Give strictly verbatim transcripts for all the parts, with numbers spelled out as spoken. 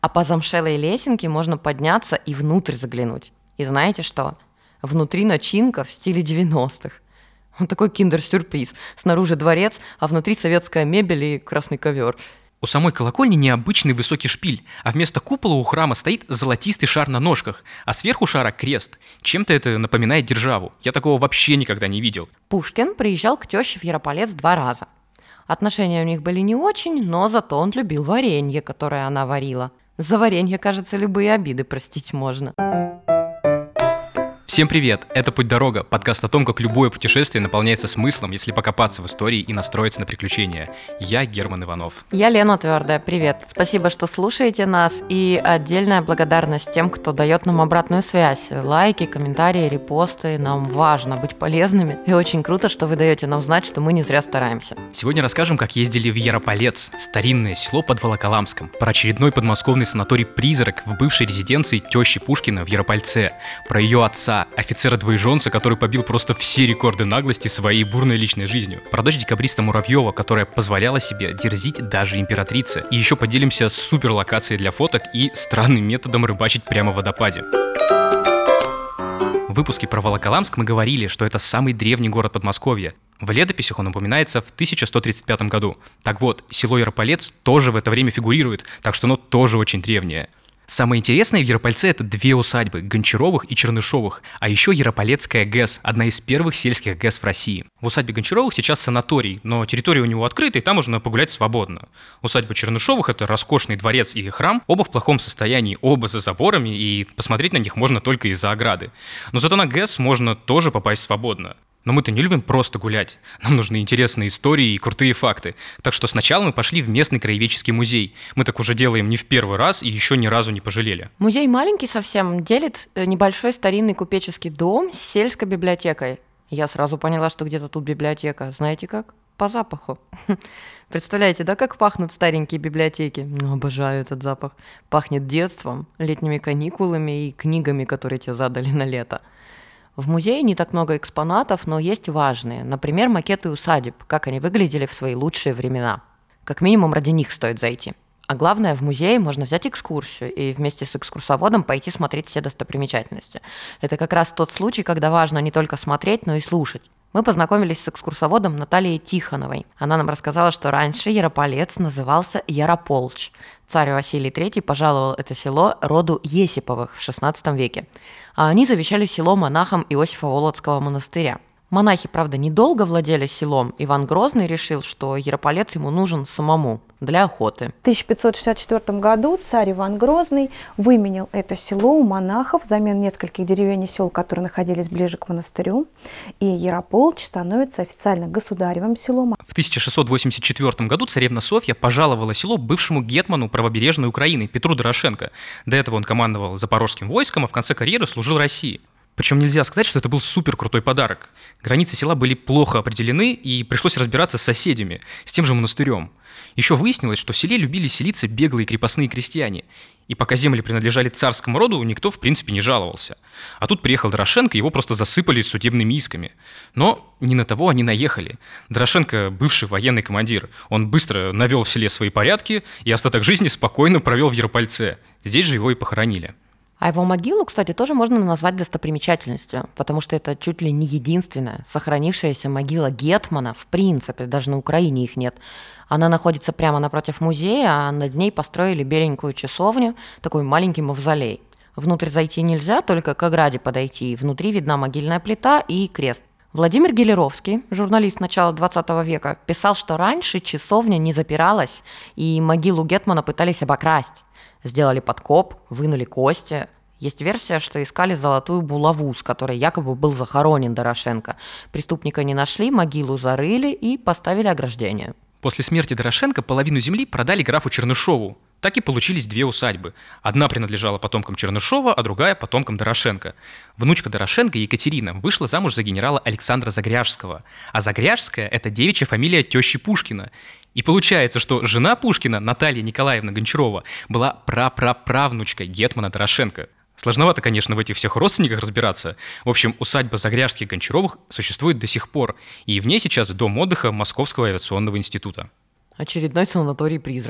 А по замшелой лесенке можно подняться и внутрь заглянуть. И знаете что? Внутри начинка в стиле девяностых. Вот такой киндер-сюрприз. Снаружи дворец, а внутри советская мебель и красный ковер. У самой колокольни необычный высокий шпиль, а вместо купола у храма стоит золотистый шар на ножках, а сверху шара крест. Чем-то это напоминает державу. Я такого вообще никогда не видел. Пушкин приезжал к тёще в Ярополец два раза. Отношения у них были не очень, но зато он любил варенье, которое она варила. За варенье, кажется, любые обиды простить можно. Всем привет! Это «Путь-дорога», подкаст о том, как любое путешествие наполняется смыслом, если покопаться в истории и настроиться на приключения. Я Герман Иванов. Я Лена Твердая, привет. Спасибо, что слушаете нас, и отдельная благодарность тем, кто дает нам обратную связь. Лайки, комментарии, репосты. Нам важно быть полезными, и очень круто, что вы даете нам знать, что мы не зря стараемся. Сегодня расскажем, как ездили в Ярополец, старинное село под Волоколамском, про очередной подмосковный санаторий «Призрак» в бывшей резиденции тещи Пушкина в Яропольце, про ее отца, офицера-двоеженца, который побил просто все рекорды наглости своей бурной личной жизнью. Про дочь декабриста Муравьева, которая позволяла себе дерзить даже императрице. И еще поделимся суперлокацией для фоток и странным методом рыбачить прямо в водопаде. В выпуске про Волоколамск мы говорили, что это самый древний город Подмосковья. В летописях он упоминается в тысяча сто тридцать пятом году. Так вот, село Ярополец тоже в это время фигурирует, так что оно тоже очень древнее. Самое интересное в Яропольце — это две усадьбы – Гончаровых и Чернышовых, а еще Ярополецкая ГЭС – одна из первых сельских ГЭС в России. В усадьбе Гончаровых сейчас санаторий, но территория у него открыта, и там можно погулять свободно. Усадьба Чернышовых – это роскошный дворец и храм, оба в плохом состоянии, оба за заборами, и посмотреть на них можно только из-за ограды. Но зато на ГЭС можно тоже попасть свободно. Но мы-то не любим просто гулять, нам нужны интересные истории и крутые факты. Так что сначала мы пошли в местный краеведческий музей. Мы так уже делаем не в первый раз и еще ни разу не пожалели. Музей маленький совсем, делит небольшой старинный купеческий дом с сельской библиотекой. Я сразу поняла, что где-то тут библиотека. Знаете как? По запаху. Представляете, да, как пахнут старенькие библиотеки? Ну, обожаю этот запах. Пахнет детством, летними каникулами и книгами, которые тебе задали на лето. В музее не так много экспонатов, но есть важные. Например, макеты усадеб, как они выглядели в свои лучшие времена. Как минимум ради них стоит зайти. А главное, в музее можно взять экскурсию и вместе с экскурсоводом пойти смотреть все достопримечательности. Это как раз тот случай, когда важно не только смотреть, но и слушать. Мы познакомились с экскурсоводом Натальей Тихоновой. Она нам рассказала, что раньше Ярополец назывался Ярополч. Царь Василий третий пожаловал это село роду Есиповых в шестнадцатом веке. А они завещали село монахам Иосифа-Володского монастыря. Монахи, правда, недолго владели селом. Иван Грозный решил, что Ярополец ему нужен самому, для охоты. В тысяча пятьсот шестьдесят четвёртом году царь Иван Грозный выменял это село у монахов взамен нескольких деревень и сел, которые находились ближе к монастырю. И Ярополч становится официально государевым селом. В тысяча шестьсот восемьдесят четвёртом году царевна Софья пожаловала село бывшему гетману правобережной Украины Петру Дорошенко. До этого он командовал запорожским войском, а в конце карьеры служил России. Причем нельзя сказать, что это был супер крутой подарок. Границы села были плохо определены, и пришлось разбираться с соседями, с тем же монастырем. Еще выяснилось, что в селе любили селиться беглые крепостные крестьяне. И пока земли принадлежали царскому роду, никто в принципе не жаловался. А тут приехал Дорошенко, его просто засыпали судебными исками. Но не на того они наехали. Дорошенко – бывший военный командир. Он быстро навел в селе свои порядки и остаток жизни спокойно провел в Яропольце. Здесь же его и похоронили. А его могилу, кстати, тоже можно назвать достопримечательностью, потому что это чуть ли не единственная сохранившаяся могила гетмана, в принципе, даже на Украине их нет. Она находится прямо напротив музея, а над ней построили беленькую часовню, такой маленький мавзолей. Внутрь зайти нельзя, только к ограде подойти, внутри видна могильная плита и крест. Владимир Гелеровский, журналист начала двадцатого века, писал, что раньше часовня не запиралась, и могилу гетмана пытались обокрасть. Сделали подкоп, вынули кости. Есть версия, что искали золотую булаву, с которой якобы был захоронен Дорошенко. Преступника не нашли, могилу зарыли и поставили ограждение. После смерти Дорошенко половину земли продали графу Чернышову. Так и получились две усадьбы. Одна принадлежала потомкам Чернышова, а другая – потомкам Дорошенко. Внучка Дорошенко, Екатерина, вышла замуж за генерала Александра Загряжского. А Загряжская – это девичья фамилия тещи Пушкина. И получается, что жена Пушкина, Наталья Николаевна Гончарова, была прапраправнучкой гетмана Дорошенко. Сложновато, конечно, в этих всех родственниках разбираться. В общем, усадьба Загряжских-Гончаровых существует до сих пор, и в ней сейчас дом отдыха Московского авиационного института. Очередной санаторий «Призрак».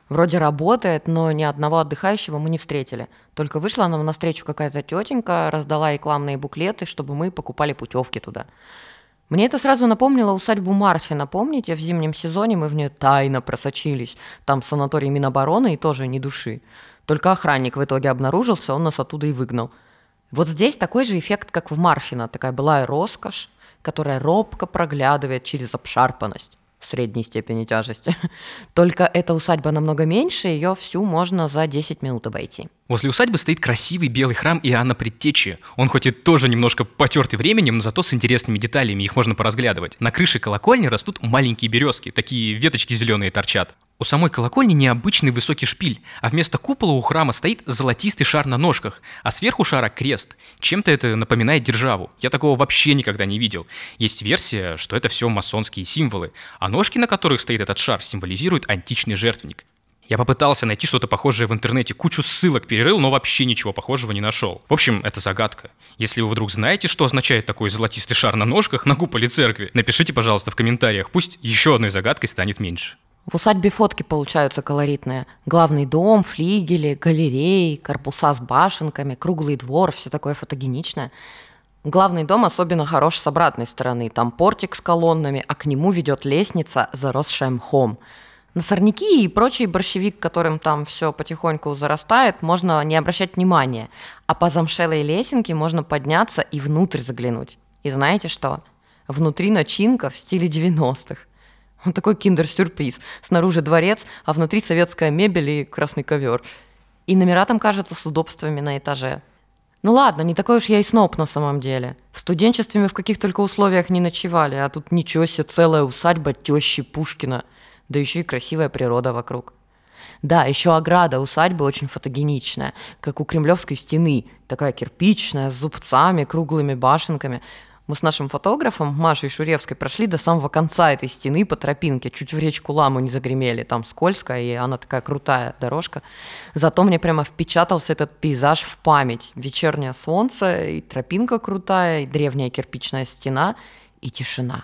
Вроде работает, но ни одного отдыхающего мы не встретили. Только вышла нам навстречу какая-то тетенька, раздала рекламные буклеты, чтобы мы покупали путевки туда. Мне это сразу напомнило усадьбу Марфина. Помните, в зимнем сезоне мы в нее тайно просочились. Там санаторий Минобороны и тоже ни души. Только охранник в итоге обнаружился, он нас оттуда и выгнал. Вот здесь такой же эффект, как в Марфино. Такая былая роскошь, которая робко проглядывает через обшарпанность в средней степени тяжести. Только эта усадьба намного меньше, ее всю можно за десять минут обойти. Возле усадьбы стоит красивый белый храм Иоанна Предтечи. Он хоть и тоже немножко потертый временем, но зато с интересными деталями, их можно поразглядывать. На крыше колокольни растут маленькие березки, такие веточки зеленые торчат. У самой колокольни необычный высокий шпиль, а вместо купола у храма стоит золотистый шар на ножках, а сверху шара крест. Чем-то это напоминает державу. Я такого вообще никогда не видел. Есть версия, что это все масонские символы, а ножки, на которых стоит этот шар, символизируют античный жертвенник. Я попытался найти что-то похожее в интернете, кучу ссылок перерыл, но вообще ничего похожего не нашел. В общем, это загадка. Если вы вдруг знаете, что означает такой золотистый шар на ножках на куполе церкви, напишите, пожалуйста, в комментариях, пусть еще одной загадкой станет меньше. В усадьбе фотки получаются колоритные. Главный дом, флигели, галереи, корпуса с башенками, круглый двор, все такое фотогеничное. Главный дом особенно хорош с обратной стороны. Там портик с колоннами, а к нему ведет лестница, заросшая мхом. На сорняки и прочий борщевик, которым там все потихоньку зарастает, можно не обращать внимания. А по замшелой лесенке можно подняться и внутрь заглянуть. И знаете что? Внутри начинка в стиле девяностых. Вот такой киндер-сюрприз. Снаружи дворец, а внутри советская мебель и красный ковер. И номера там, кажется, с удобствами на этаже. Ну ладно, не такой уж я и сноб на самом деле. В студенчестве мы в каких только условиях не ночевали, а тут ничего себе, целая усадьба тещи Пушкина. Да еще и красивая природа вокруг. Да, еще ограда усадьбы очень фотогеничная, как у Кремлевской стены. Такая кирпичная, с зубцами, круглыми башенками. Мы с нашим фотографом Машей Шуревской прошли до самого конца этой стены по тропинке, чуть в речку Ламу не загремели, там скользко, и она такая крутая дорожка. Зато мне прямо впечатался этот пейзаж в память. Вечернее солнце, и тропинка крутая, и древняя кирпичная стена, и тишина.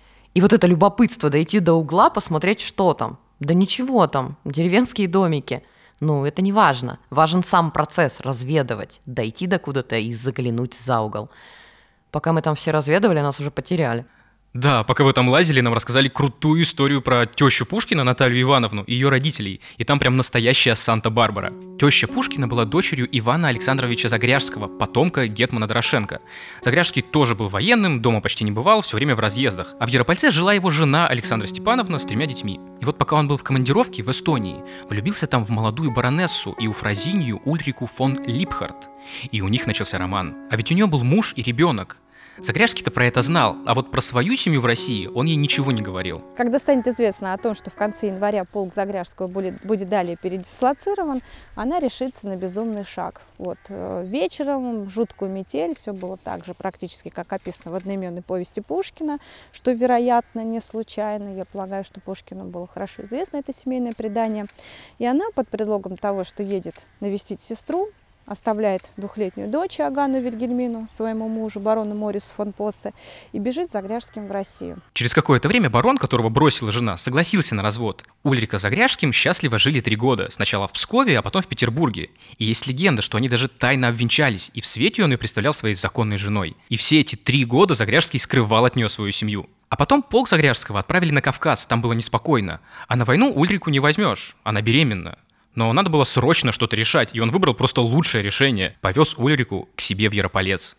И вот это любопытство дойти до угла, посмотреть, что там. Да ничего там, деревенские домики. Ну, это не важно. Важен сам процесс, разведывать, дойти до куда-то и заглянуть за угол. Пока мы там все разведывали, нас уже потеряли. Да, пока вы там лазили, нам рассказали крутую историю про тещу Пушкина Наталью Ивановну и ее родителей. И там прям настоящая Санта-Барбара. Теща Пушкина была дочерью Ивана Александровича Загряжского, потомка гетмана Дорошенко. Загряжский тоже был военным, дома почти не бывал, все время в разъездах. А в Яропольце жила его жена Александра Степановна с тремя детьми. И вот пока он был в командировке в Эстонии, влюбился там в молодую баронессу и уфразинью Ульрику фон Липхарт. И у них начался роман. А ведь у нее был муж и ребенок. Загряжский-то про это знал, а вот про свою семью в России он ей ничего не говорил. Когда станет известно о том, что в конце января полк Загряжского будет, будет далее передислоцирован, она решится на безумный шаг. Вот, вечером, жуткую метель, все было так же практически, как описано в одноименной повести Пушкина, что, вероятно, не случайно. Я полагаю, что Пушкину было хорошо известно это семейное предание. И она под предлогом того, что едет навестить сестру, оставляет двухлетнюю дочь Агану Вильгельмину, своему мужу, барону Морису фон Поссе, и бежит с Загряжским в Россию. Через какое-то время барон, которого бросила жена, согласился на развод. Ульрика с Загряжским счастливо жили три года, сначала в Пскове, а потом в Петербурге. И есть легенда, что они даже тайно обвенчались, и в свете он ее представлял своей законной женой. И все эти три года Загряжский скрывал от нее свою семью. А потом полк Загряжского отправили на Кавказ, там было неспокойно. А на войну Ульрику не возьмешь, она беременна. Но надо было срочно что-то решать, и он выбрал просто лучшее решение. Повез Ульрику к себе в Ярополец.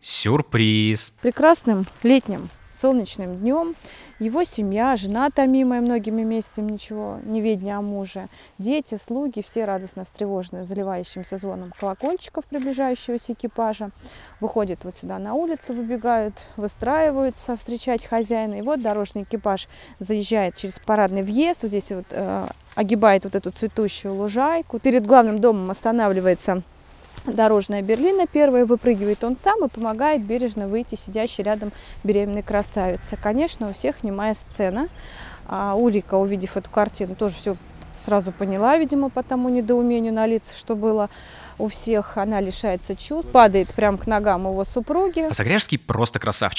Сюрприз! Прекрасным летним солнечным днем его семья, жена томимая многими месяцами ничего, неведения о муже, дети, слуги, все радостно встревоженные заливающимся звоном колокольчиков приближающегося экипажа, выходят вот сюда на улицу, выбегают, выстраиваются встречать хозяина. И вот дорожный экипаж заезжает через парадный въезд, вот здесь вот э, огибает вот эту цветущую лужайку. Перед главным домом останавливается дорожная берлина первая, выпрыгивает он сам и помогает бережно выйти сидящей рядом беременной красавице. Конечно, у всех немая сцена. А Ульрика, увидев эту картину, тоже все сразу поняла, видимо, по тому недоумению на лицах, что было у всех. Она лишается чувств, падает прямо к ногам его супруги. А Загряжский просто красавчик.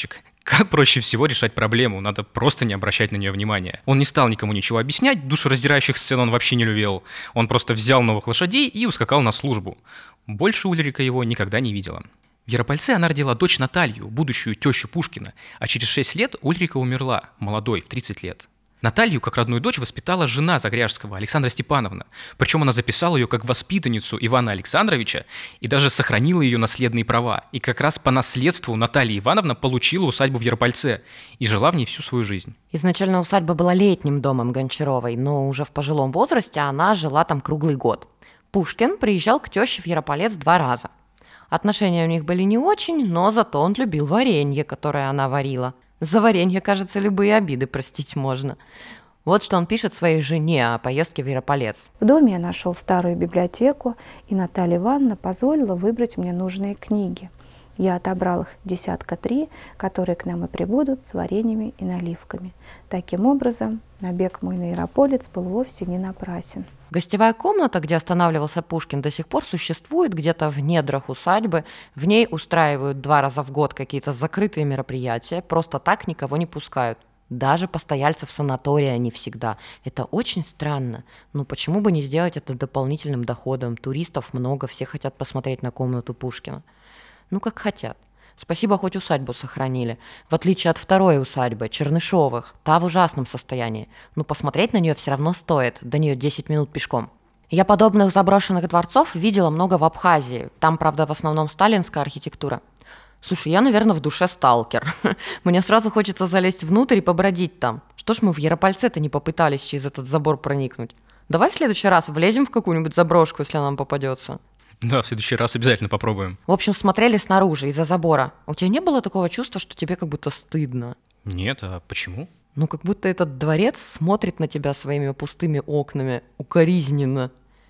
Как проще всего решать проблему? Надо просто не обращать на нее внимания. Он не стал никому ничего объяснять, душераздирающих сцен он вообще не любил. Он просто взял новых лошадей и ускакал на службу. Больше Ульрика его никогда не видела. В Яропольце она родила дочь Наталью, будущую тещу Пушкина, а через шесть лет Ульрика умерла, молодой, в тридцать лет. Наталью, как родную дочь, воспитала жена Загряжского, Александра Степановна. Причем она записала ее как воспитанницу Ивана Александровича и даже сохранила ее наследные права. И как раз по наследству Наталья Ивановна получила усадьбу в Яропольце и жила в ней всю свою жизнь. Изначально усадьба была летним домом Гончаровой, но уже в пожилом возрасте она жила там круглый год. Пушкин приезжал к теще в Ярополец два раза. Отношения у них были не очень, но зато он любил варенье, которое она варила. За варенье, кажется, любые обиды простить можно. Вот что он пишет своей жене о поездке в Ярополец. В доме я нашел старую библиотеку, и Наталья Ивановна позволила выбрать мне нужные книги. Я отобрал их десятка три, которые к нам и прибудут с вареньями и наливками. Таким образом, набег мой на Ярополец был вовсе не напрасен. Гостевая комната, где останавливался Пушкин, до сих пор существует где-то в недрах усадьбы. В ней устраивают два раза в год какие-то закрытые мероприятия, просто так никого не пускают. Даже постояльцев санатория не всегда. Это очень странно. Но почему бы не сделать это дополнительным доходом? Туристов много, все хотят посмотреть на комнату Пушкина. Ну, как хотят. Спасибо, хоть усадьбу сохранили. В отличие от второй усадьбы, Чернышовых, та в ужасном состоянии. Но посмотреть на нее все равно стоит, до нее десять минут пешком. Я подобных заброшенных дворцов видела много в Абхазии. Там, правда, в основном сталинская архитектура. Слушай, я, наверное, в душе сталкер. Мне сразу хочется залезть внутрь и побродить там. Что ж мы в Яропольце-то не попытались через этот забор проникнуть? Давай в следующий раз влезем в какую-нибудь заброшку, если нам попадется. Да, в следующий раз обязательно попробуем. В общем, смотрели снаружи, из-за забора. У тебя не было такого чувства, что тебе как будто стыдно? Нет, а почему? Ну, как будто этот дворец смотрит на тебя своими пустыми окнами укоризненно.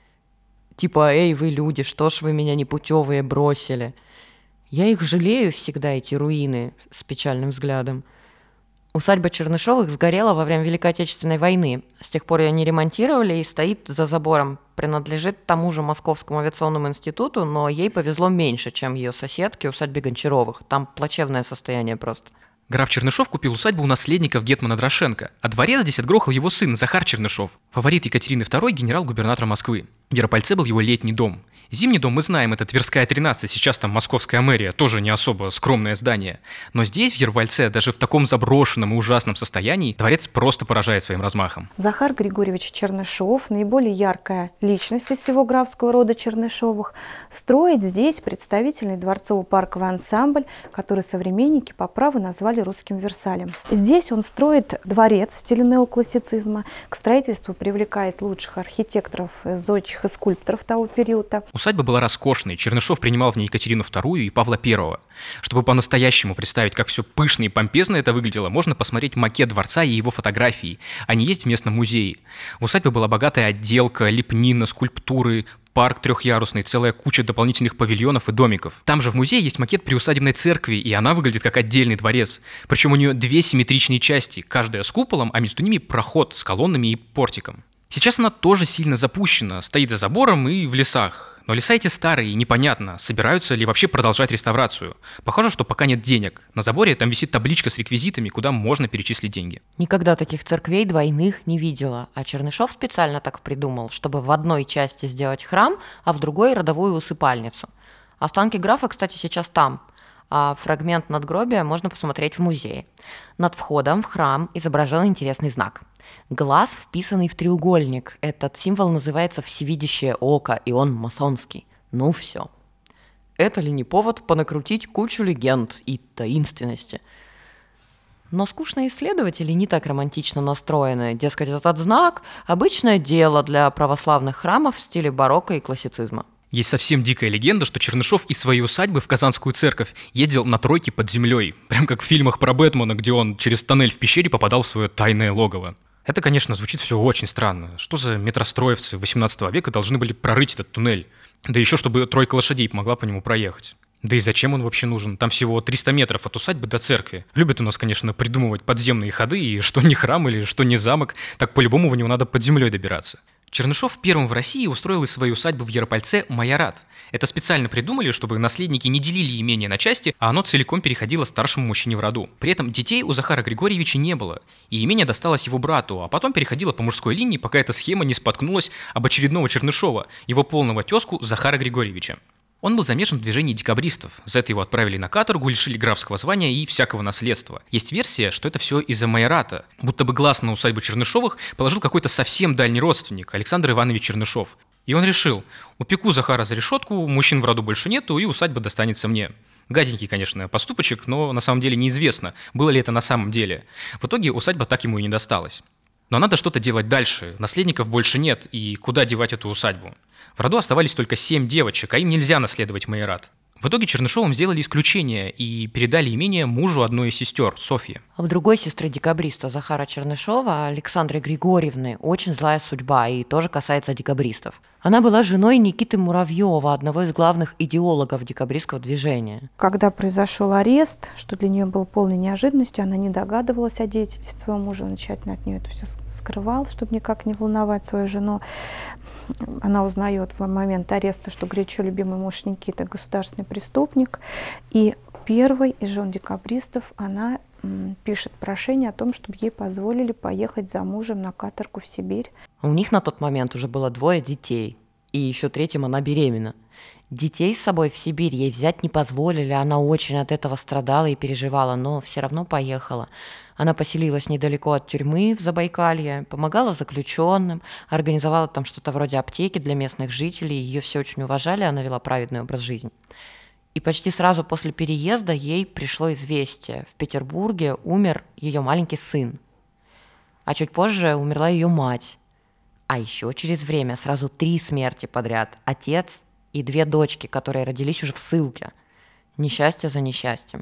Типа, эй, вы люди, что ж вы меня непутевые бросили? Я их жалею всегда, эти руины, с печальным взглядом. Усадьба Чернышовых сгорела во время Великой Отечественной войны. С тех пор ее не ремонтировали и стоит за забором. Принадлежит тому же Московскому авиационному институту, но ей повезло меньше, чем ее соседке, усадьбе Гончаровых. Там плачевное состояние просто. Граф Чернышов купил усадьбу у наследников гетмана Дорошенко, а дворец здесь отгрохал его сын Захар Чернышов, фаворит Екатерины второй, генерал-губернатор Москвы. В Яропольце был его летний дом. Зимний дом мы знаем, это Тверская тринадцать, сейчас там Московская мэрия, тоже не особо скромное здание. Но здесь, в Яропольце, даже в таком заброшенном и ужасном состоянии, дворец просто поражает своим размахом. Захар Григорьевич Чернышов, наиболее яркая личность из всего графского рода Чернышовых, строит здесь представительный дворцово-парковый ансамбль, который современники по праву назвали русским Версалем. Здесь он строит дворец в стиле неоклассицизма, к строительству привлекает лучших архитекторов, зодчих и скульпторов того периода. Усадьба была роскошной, Чернышов принимал в ней Екатерину вторую и Павла первого. Чтобы по-настоящему представить, как все пышно и помпезно это выглядело, можно посмотреть макет дворца и его фотографии. Они есть в местном музее. В усадьбе была богатая отделка, лепнина, скульптуры, парк трехъярусный, целая куча дополнительных павильонов и домиков. Там же в музее есть макет приусадебной церкви, и она выглядит как отдельный дворец. Причем у нее две симметричные части, каждая с куполом, а между ними проход с колоннами и портиком. Сейчас она тоже сильно запущена, стоит за забором и в лесах. Но леса эти старые, и непонятно, собираются ли вообще продолжать реставрацию. Похоже, что пока нет денег. На заборе там висит табличка с реквизитами, куда можно перечислить деньги. Никогда таких церквей двойных не видела. А Чернышов специально так придумал, чтобы в одной части сделать храм, а в другой родовую усыпальницу. Останки графа, кстати, сейчас там. А фрагмент надгробия можно посмотреть в музее. Над входом в храм изображен интересный знак. Глаз, вписанный в треугольник. Этот символ называется «всевидящее око», и он масонский. Ну все. Это ли не повод понакрутить кучу легенд и таинственности? Но скучные исследователи не так романтично настроены. Дескать, этот знак – обычное дело для православных храмов в стиле барокко и классицизма. Есть совсем дикая легенда, что Чернышов из своей усадьбы в Казанскую церковь ездил на тройке под землей. Прям как в фильмах про Бэтмена, где он через тоннель в пещере попадал в свое тайное логово. Это, конечно, звучит все очень странно. Что за метростроевцы восемнадцатого века должны были прорыть этот туннель? Да еще, чтобы тройка лошадей помогла по нему проехать. Да и зачем он вообще нужен? Там всего триста метров от усадьбы до церкви. Любят у нас, конечно, придумывать подземные ходы, и что не храм или что не замок, так по-любому в него надо под землей добираться. Чернышов первым в России устроил из своей усадьбы в Яропольце майорат. Это специально придумали, чтобы наследники не делили имение на части, а оно целиком переходило старшему мужчине в роду. При этом детей у Захара Григорьевича не было, и имение досталось его брату, а потом переходило по мужской линии, пока эта схема не споткнулась об очередного Чернышова, его полного тезку Захара Григорьевича. Он был замешан в движении декабристов. За это его отправили на каторгу, лишили графского звания и всякого наследства. Есть версия, что это все из-за майората. Будто бы глаз на усадьбу Чернышовых положил какой-то совсем дальний родственник, Александр Иванович Чернышов. И он решил: упеку Захара за решетку, мужчин в роду больше нету, и усадьба достанется мне. Гаденький, конечно, поступочек, но на самом деле неизвестно, было ли это на самом деле. В итоге усадьба так ему и не досталась. Но надо что-то делать дальше, наследников больше нет, и куда девать эту усадьбу? В роду оставались только семь девочек, а им нельзя наследовать майорат. В итоге Чернышовым сделали исключение и передали имение мужу одной из сестер, Софье. А у другой сестры декабриста Захара Чернышова, Александры Григорьевны, очень злая судьба, и тоже касается декабристов. Она была женой Никиты Муравьева, одного из главных идеологов декабристского движения. Когда произошел арест, что для нее было полной неожиданностью, она не догадывалась о деятельности своего мужа, он тщательно от нее это все скрывал, чтобы никак не волновать свою жену. Она узнает в момент ареста, что горячо любимый муж Никита государственный преступник. И первой из жен декабристов она м, пишет прошение о том, чтобы ей позволили поехать за мужем на каторгу в Сибирь. У них на тот момент уже было двое детей, и еще третьим она беременна. Детей с собой в Сибирь ей взять не позволили, она очень от этого страдала и переживала, но все равно поехала. Она поселилась недалеко от тюрьмы в Забайкалье, помогала заключенным, организовала там что-то вроде аптеки для местных жителей, ее все очень уважали, она вела праведный образ жизни. И почти сразу после переезда ей пришло известие: в Петербурге умер ее маленький сын, а чуть позже умерла ее мать. А еще через время сразу три смерти подряд: отец и две дочки, которые родились уже в ссылке. Несчастье за несчастьем.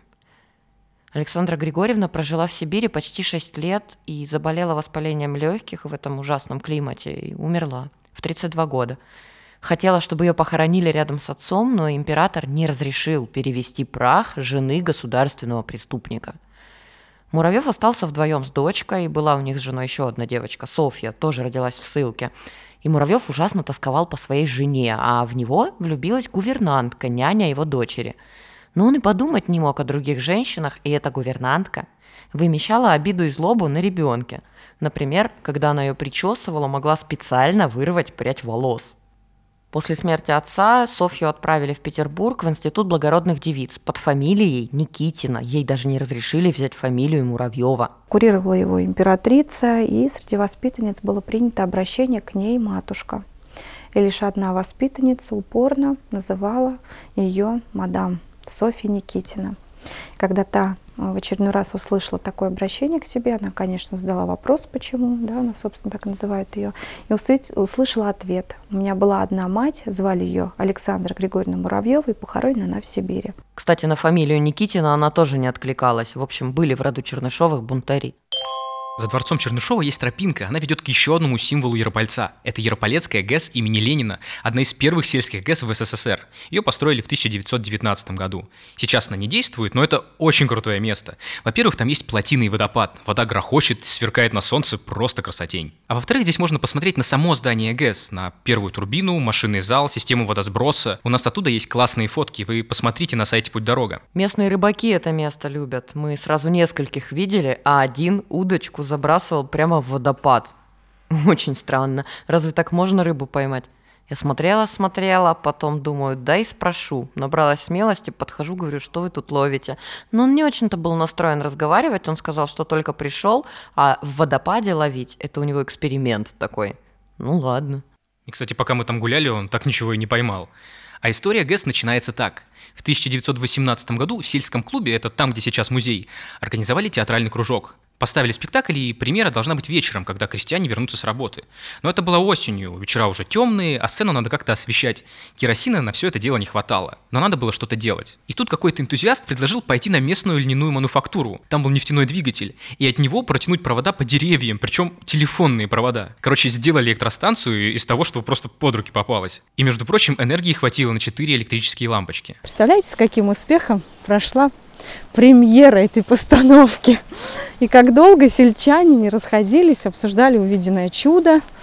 Александра Григорьевна прожила в Сибири почти шесть лет и заболела воспалением легких в этом ужасном климате и умерла в тридцать два года. Хотела, чтобы ее похоронили рядом с отцом, но император не разрешил перевести прах жены государственного преступника. Муравьев остался вдвоем с дочкой, и была у них с женой еще одна девочка, Софья, тоже родилась в ссылке. И Муравьев ужасно тосковал по своей жене, а в него влюбилась гувернантка, няня его дочери. Но он и подумать не мог о других женщинах, и эта гувернантка вымещала обиду и злобу на ребенке. Например, когда она ее причесывала, могла специально вырвать прядь волос. После смерти отца Софью отправили в Петербург в Институт благородных девиц под фамилией Никитина. Ей даже не разрешили взять фамилию Муравьева. Курировала его императрица, и среди воспитанниц было принято обращение к ней матушка. И лишь одна воспитанница упорно называла ее мадам Софья Никитина. Когда та в очередной раз услышала такое обращение к себе, она, конечно, задала вопрос, почему, да, она, собственно, так называет ее, и услышала ответ. У меня была одна мать, звали ее Александра Григорьевна Муравьева, и похоронена она в Сибири. Кстати, на фамилию Никитина она тоже не откликалась. В общем, были в роду Чернышовых бунтари. За дворцом Чернышова есть тропинка, она ведет к еще одному символу Ярополца. Это Ярополецкая ГЭС имени Ленина, одна из первых сельских ГЭС в СССР. Ее построили в тысяча девятьсот девятнадцатом году. Сейчас она не действует, но это очень крутое место. Во-первых, там есть плотина и водопад. Вода грохочет, сверкает на солнце, просто красотень. А во-вторых, здесь можно посмотреть на само здание ГЭС, на первую турбину, машинный зал, систему водосброса. У нас оттуда есть классные фотки, вы посмотрите на сайте «Путь дорога». Местные рыбаки это место любят. Мы сразу нескольких видели, а один удочку забрасывал прямо в водопад. Очень странно. Разве так можно рыбу поймать? Я смотрела, смотрела, потом думаю, дай спрошу. Набралась смелости, подхожу, говорю, что вы тут ловите. Но он не очень-то был настроен разговаривать. Он сказал, что только пришел, а в водопаде ловить – это у него эксперимент такой. Ну ладно. И, кстати, пока мы там гуляли, он так ничего и не поймал. А история ГЭС начинается так. В тысяча девятьсот восемнадцатом году в сельском клубе, это там, где сейчас музей, организовали театральный кружок. Поставили спектакль, и премьера должна быть вечером, когда крестьяне вернутся с работы. Но это было осенью, вечера уже темные, а сцену надо как-то освещать. Керосина на все это дело не хватало, но надо было что-то делать. И тут какой-то энтузиаст предложил пойти на местную льняную мануфактуру. Там был нефтяной двигатель, и от него протянуть провода по деревьям, причем телефонные провода. Короче, сделали электростанцию из того, что просто под руки попалось. И, между прочим, энергии хватило на четыре электрические лампочки. Представляете, с каким успехом прошла премьера этой постановки. И как долго сельчане не расходились, обсуждали увиденное чудо.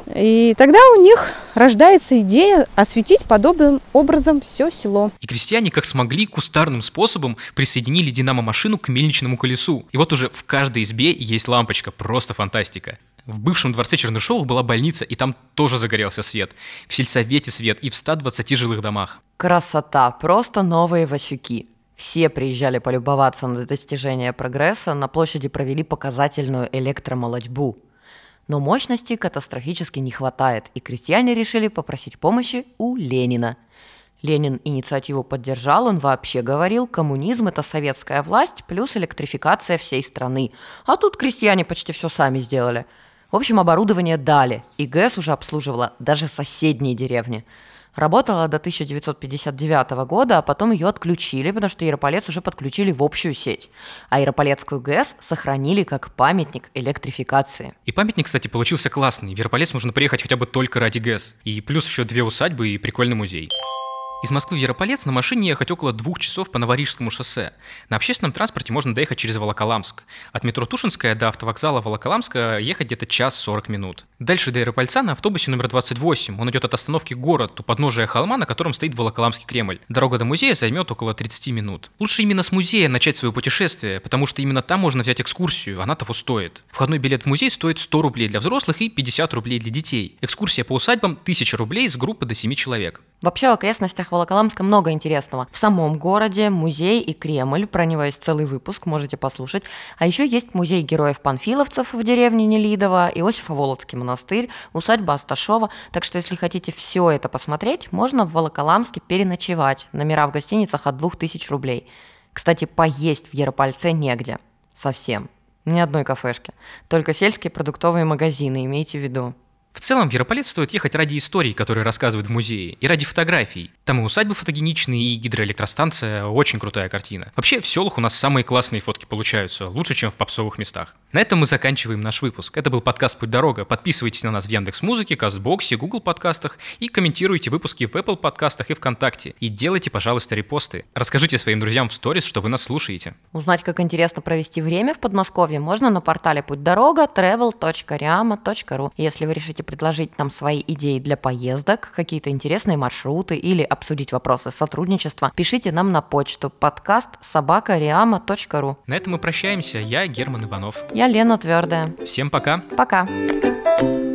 И тогда у них рождается идея осветить подобным образом все село. И крестьяне, как смогли, кустарным способом присоединили динамо-машину к мельничному колесу. И вот уже в каждой избе есть лампочка, просто фантастика. В бывшем дворце Чернышовых была больница, и там тоже загорелся свет. В сельсовете свет и в ста двадцати жилых домах. Красота, просто новые Васюки. Все приезжали полюбоваться на достижение прогресса, на площади провели показательную электромолотьбу. Но мощности катастрофически не хватает, и крестьяне решили попросить помощи у Ленина. Ленин инициативу поддержал, он вообще говорил, коммунизм – это советская власть плюс электрификация всей страны. А тут крестьяне почти все сами сделали. В общем, оборудование дали, и ГЭС уже обслуживала даже соседние деревни. Работала до тысяча девятьсот пятьдесят девятого года, а потом ее отключили, потому что Ярополец уже подключили в общую сеть. А Ярополецкую ГЭС сохранили как памятник электрификации. И памятник, кстати, получился классный. В Ярополец можно приехать хотя бы только ради ГЭС. И плюс еще две усадьбы и прикольный музей. Из Москвы в Ярополец на машине ехать около двух часов по Новорижскому шоссе. На общественном транспорте можно доехать через Волоколамск. От метро Тушинская до автовокзала Волоколамска ехать где-то час сорок минут. Дальше до Яропольца на автобусе номер двадцать восемь. Он идет от остановки «Город», у подножия холма, на котором стоит Волоколамский Кремль. Дорога до музея займет около тридцати минут. Лучше именно с музея начать свое путешествие, потому что именно там можно взять экскурсию, она того стоит. Входной билет в музей стоит сто рублей для взрослых и пятьдесят рублей для детей. Экскурсия по усадьбам тысяча рублей с группы до семи человек. Вообще в окрестностях Волоколамска много интересного. В самом городе музей и Кремль, про него есть целый выпуск, можете послушать. А еще есть музей героев-панфиловцев в деревне Нелидово, Иосифо-Володский монастырь, усадьба Асташова. Так что если хотите все это посмотреть, можно в Волоколамске переночевать. Номера в гостиницах от двух тысяч рублей. Кстати, поесть в Яропольце негде. Совсем. Ни одной кафешки. Только сельские продуктовые магазины, имейте в виду. В целом, в Ярополец стоит ехать ради историй, которые рассказывают в музее, и ради фотографий. Там и усадьбы фотогеничные, и гидроэлектростанция – очень крутая картина. Вообще, в селах у нас самые классные фотки получаются, лучше, чем в попсовых местах. На этом мы заканчиваем наш выпуск. Это был подкаст «Путь-дорога». Подписывайтесь на нас в Яндекс.Музыке, Кастбоксе, Google подкастах и комментируйте выпуски в Apple подкастах и ВКонтакте. И делайте, пожалуйста, репосты. Расскажите своим друзьям в сторис, что вы нас слушаете. Узнать, как интересно провести время в Подмосковье, можно на портале «Путь-дорога» travel точка riama точка ru. Если вы решите предложить нам свои идеи для поездок, какие-то интересные маршруты или обсудить вопросы сотрудничества, пишите нам на почту подкаст собака riama точка ru. На этом мы прощаемся. Я Герман Иванов. Я Лена Твердая. Всем пока. Пока.